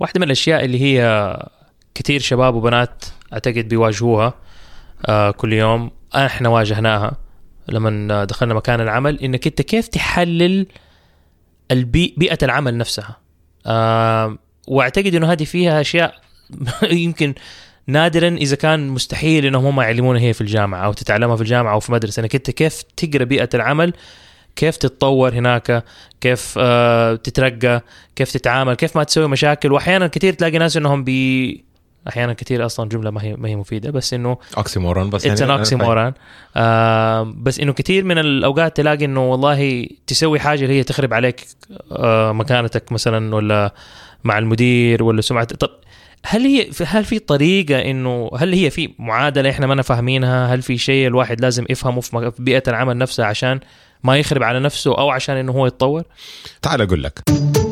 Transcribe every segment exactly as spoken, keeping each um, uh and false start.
واحدة من الأشياء اللي هي كتير شباب وبنات أعتقد بيواجهوها آه كل يوم، احنا واجهناها لما دخلنا مكان العمل، انك انت كيف تحلل البي... بيئة العمل نفسها. آه واعتقد انه هذه فيها اشياء يمكن نادرا اذا كان مستحيل انهم هم يعلمونها هي في الجامعة او تتعلمها في الجامعة او في مدرسة، انك انت كيف تقرأ بيئة العمل، كيف تتطور هناك، كيف آه تترقى، كيف تتعامل، كيف ما تسوي مشاكل. واحيانا كثير تلاقي ناس انهم بي احيانا كثير اصلا جمله ما هي ما هي مفيده، بس انه اوكسيمورون، بس يعني اوكسيمورون. آه بس انه كثير من الاوقات تلاقي انه والله تسوي حاجه اللي هي تخرب عليك آه مكانتك مثلا، ولا مع المدير، ولا سمعتك. طب هل هي هل في طريقه انه هل هي في معادله احنا ما فاهمينها؟ هل في شيء الواحد لازم يفهمه في بيئه العمل نفسها عشان ما يخرب على نفسه او عشان انه هو يتطور؟ تعال اقول لك.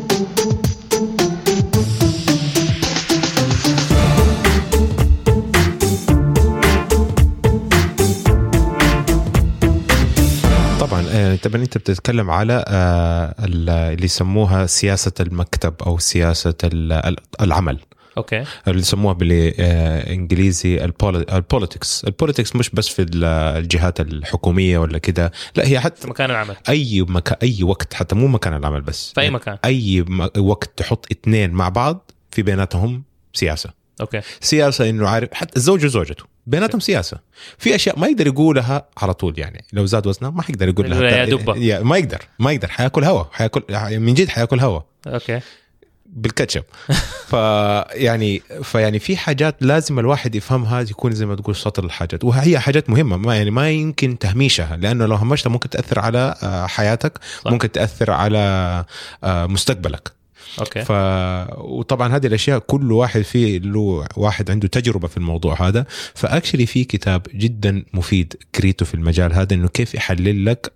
طبعا طبعا انت بتتكلم على اللي يسموها سياسة المكتب او سياسة العمل. اوكي. اللي يسموها بالانجليزي البوليتكس. البوليتكس مش بس في الجهات الحكومية ولا كده، لا هي حتى مكان العمل، اي مكان، اي وقت، حتى مو مكان العمل بس، في اي مكان، اي وقت تحط اثنين مع بعض في بيناتهم سياسة. اوكي. سياسة انه عارف حتى الزوج وزوجته بيناتهم سياسة، في أشياء ما يقدر يقولها على طول. يعني لو زاد وزنه ما حيقدر يقول لها، ما يقدر ما يقدر حياكل هوا، حياكل من جد حياكل هوا. أوكي. بالكاتشب. فيعني فيعني في حاجات لازم الواحد يفهمها، يكون زي ما تقول سطر الحاجات، وهي حاجات مهمة، ما يعني ما يمكن تهميشها، لأنه لو همشتها ممكن تأثر على حياتك، صح. ممكن تأثر على مستقبلك. أوكي. ف... وطبعا هذه الأشياء كل واحد فيه له واحد عنده تجربة في الموضوع هذا. فأكشلي في كتاب جدا مفيد قريته في المجال هذا، إنه كيف يحلل لك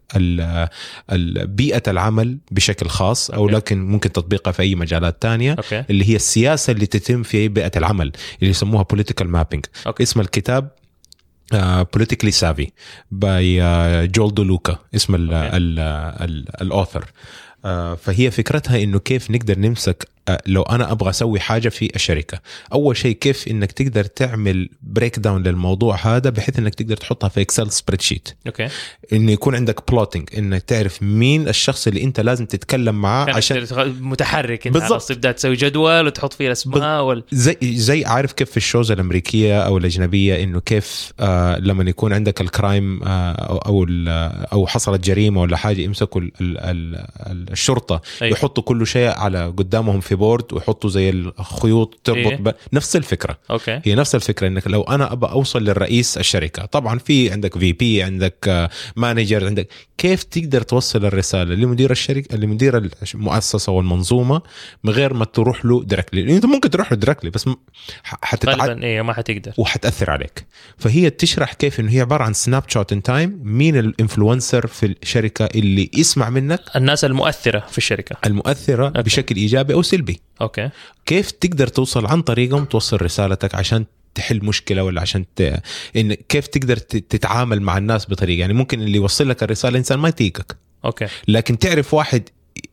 بيئة العمل بشكل خاص، أو أوكي. لكن ممكن تطبيقها في أي مجالات تانية. أوكي. اللي هي السياسة اللي تتم في بيئة العمل اللي يسموها political mapping. أوكي. اسم الكتاب Uh, politically savvy by uh, جول دولوكا اسم ال ال ال الأوثر. uh, فهي فكرتها إنه كيف نقدر نمسك uh, لو أنا أبغى أسوي حاجة في الشركة، أول شيء كيف إنك تقدر تعمل بريك داون للموضوع هذا بحيث إنك تقدر تحطها في إكسل سبريدشيت. أوكي. إنه يكون عندك بلوتينج، إنك تعرف مين الشخص اللي أنت لازم تتكلم معاه عشان متحرك. أنت خلاص تبدأ تسوي جدول وتحط فيه الأسماء وال... زي زي عارف كيف في الشوز الأمريكية أو الأجنبية، إنه كيف آه لما يكون عندك الكرايم آه أو أو حصلت جريمة ولا حاجة، يمسكوا ال ال ال الشرطة. أيوة. يحطوا كل شيء على قدامهم في بورد ويحطوا زي الخيوط تربط. أيه. ب... نفس الفكرة. أوكي. هي نفس الفكرة، إنك لو أنا أبغى أوصل للرئيس الشركة، طبعا في عندك في بي، عندك مانجر، عندك كيف تقدر توصل الرسالة لمدير الشركة، لمدير المؤسسة والمنظومة، من غير ما تروح له دايركتلي. أنت ممكن تروح له دايركتلي بس حتتعب. إيه ما حتقدر وحتأثر عليك. فهي تشرح كيف إنه هي عبارة عن سناب شوت إن تايم، مين الإنفلونسر في الشركة اللي يسمع منك، الناس المؤثرة في الشركة، المؤثرة. أوكي. بشكل إيجابي أو سلبي. أوكي. كيف تقدر توصل عن طريقهم توصل رسالتك عشان تحل مشكلة، ولا عشان ت... إن كيف تقدر تتعامل مع الناس بطريقة. يعني ممكن اللي يوصل لك الرسالة إنسان ما يتيقك. أوكي. لكن تعرف واحد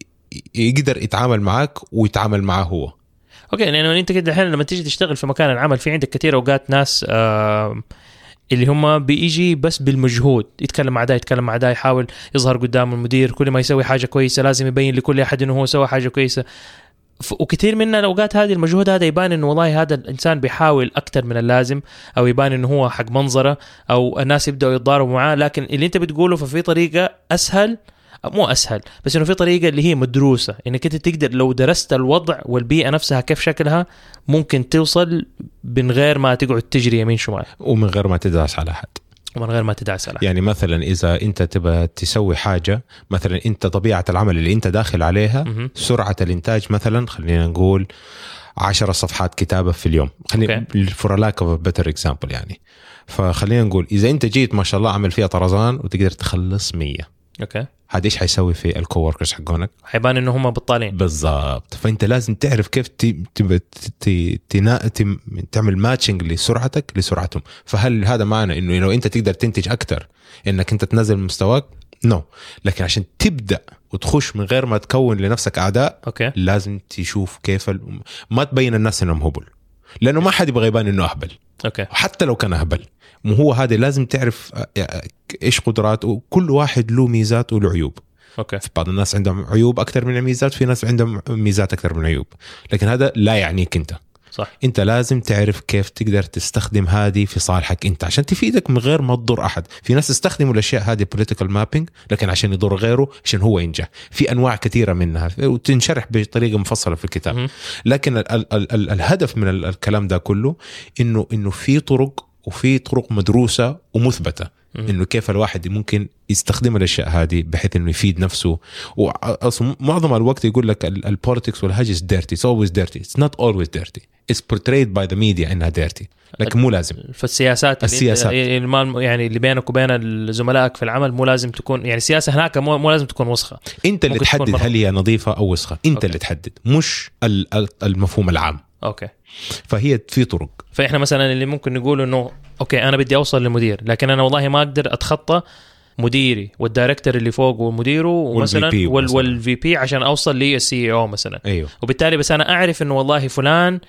يقدر يتعامل معك ويتعامل معه هو. أوكي. لأنه أنت كده الحين لما تيجي تشتغل في مكان العمل، في عندك كتير أوقات ناس آه اللي هم بيجي بس بالمجهود، يتكلم مع ده يتكلم مع ده، يحاول يظهر قدام المدير، كل ما يسوي حاجة كويسة لازم يبين لكل أحد إنه هو سوى حاجة كويسة. وكثير من الأوقات هذه المجهود هذا يبان إنه والله هذا الإنسان بيحاول أكتر من اللازم، أو يبان إنه هو حق منظرة، أو الناس يبدأوا يتضاربوا معاه. لكن اللي أنت بتقوله ففي طريقة أسهل، مو أسهل بس إنه في طريقة اللي هي مدروسة، إنك أنت تقدر لو درست الوضع والبيئة نفسها كيف شكلها ممكن توصل من غير ما تقعد تجري يمين شمال، ومن غير ما تدعس على أحد، ومن غير ما تدعس على. يعني مثلا إذا أنت تبى تسوي حاجة، مثلا أنت طبيعة العمل اللي أنت داخل عليها م- سرعة الإنتاج مثلا، خلينا نقول عشر صفحات كتابة في اليوم، خلينا for a lack of a better example يعني. فخلينا نقول إذا أنت جيت ما شاء الله عمل فيها طرزان وتقدر تخلص مية، أوكي، هذا إيش حيسوي في الكووركرز حقونك؟ حيبان إنه هم بطالين. بالضبط. فأنت لازم تعرف كيف ت... ت... ت... ت... تعمل ماتشنج لسرعتك لسرعتهم. فهل هذا معنى إنه لو أنت تقدر تنتج أكتر إنك أنت تنزل مستواك؟ نو no. لكن عشان تبدا وتخش من غير ما تكون لنفسك اعداء اوكي لازم تشوف كيف ال... ما تبين الناس انهم هبل، لانه ما حد يبغى يبان انه اهبل. اوكي حتى لو كان اهبل، مو هو هذا لازم تعرف ايش قدراته. كل واحد له ميزات وله عيوب. اوكي في بعض الناس عندهم عيوب اكثر من الميزات، في ناس عندهم ميزات اكثر من عيوب، لكن هذا لا يعنيك انت. صح. انت لازم تعرف كيف تقدر تستخدم هذه في صالحك انت عشان تفيدك من غير ما تضر احد. في ناس يستخدموا الاشياء هذه political mapping لكن عشان يضر غيره عشان هو ينجح. في انواع كثيره منها وتنشرح بطريقه مفصله في الكتاب. م- لكن ال ال ال ال الهدف من ال الكلام ده كله انه انه في طرق وفي طرق مدروسه ومثبته انه كيف الواحد ممكن يستخدم الاشياء هذه بحيث انه يفيد نفسه. واصلا معظم الوقت يقول لك البوليتكس والهاجس dirty, it's always dirty, it's not always dirty, it's portrayed by the media انها dirty، لكن مو لازم. فالسياسات السياسات اللي يعني اللي بينك وبين زملائك في العمل مو لازم تكون، يعني السياسه هناك مو, مو لازم تكون وسخه. انت اللي تحدد هل هي نظيفه او وسخه، انت أوكي. اللي تحدد، مش المفهوم العام. اوكي. فهي في طرق. فاحنا مثلا اللي ممكن نقول انه اوكي انا بدي اوصل للمدير، لكن انا والله ما اقدر اتخطى مديري والدايركتور اللي فوق ومديره ومثلا والفي بي عشان اوصل للسي او مثلا. ايوه. وبالتالي بس انا اعرف انه والله فلان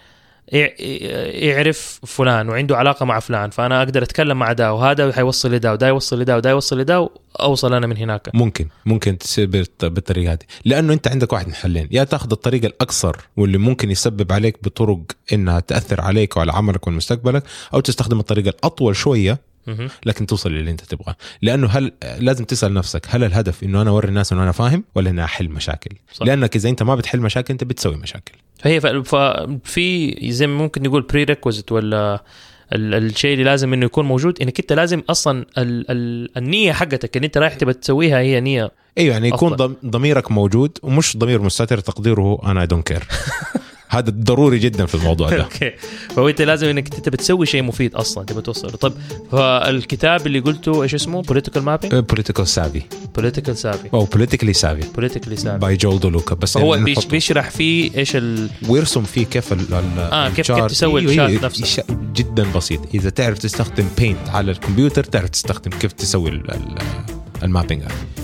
يعرف فلان وعنده علاقه مع فلان، فانا اقدر اتكلم مع ده وهذا حيوصل لده وده يوصل لده وده يوصل لده واوصل انا من هناك. ممكن ممكن تصير بالطريقه هذه، لانه انت عندك واحد من حلين: يا تاخذ الطريقه الاقصر واللي ممكن يسبب عليك بطرق انها تاثر عليك وعلى عملك ومستقبلك، او تستخدم الطريقه الاطول شويه لكن توصل للي انت تبغاه. لانه هل لازم تسال نفسك هل الهدف انه انا اوري الناس انه انا فاهم ولا اني احل مشاكل؟ صح. لانك اذا انت ما بتحل مشاكل انت بتسوي مشاكل. فهي في زي ممكن نقول بري ريكويزيت ولا الشيء اللي لازم انه يكون موجود، انك انت لازم اصلا ال ال النيه حقتك اللي انت رايح تبى تسويها هي نيه. ايوه يعني يكون أفضل. ضميرك موجود ومش ضمير مستتر تقديره انا دونت كير. هذا ضروري جدا في الموضوع ده. اوكي. فهو انت لازم انك انت بتسوي شيء مفيد اصلا تبى توصل. طب فالكتاب اللي قلته ايش اسمه؟ political mapping political savvy political savvy او politically savvy politically savvy by Joel DeLuca. بس هو بيش بيشرح فيه ايش ال... ويرسم فيه كيف ال اه كيف, كيف تسوي الشات نفسه. جدا بسيط. اذا تعرف تستخدم بينت على الكمبيوتر تعرف تستخدم كيف تسوي المابينج.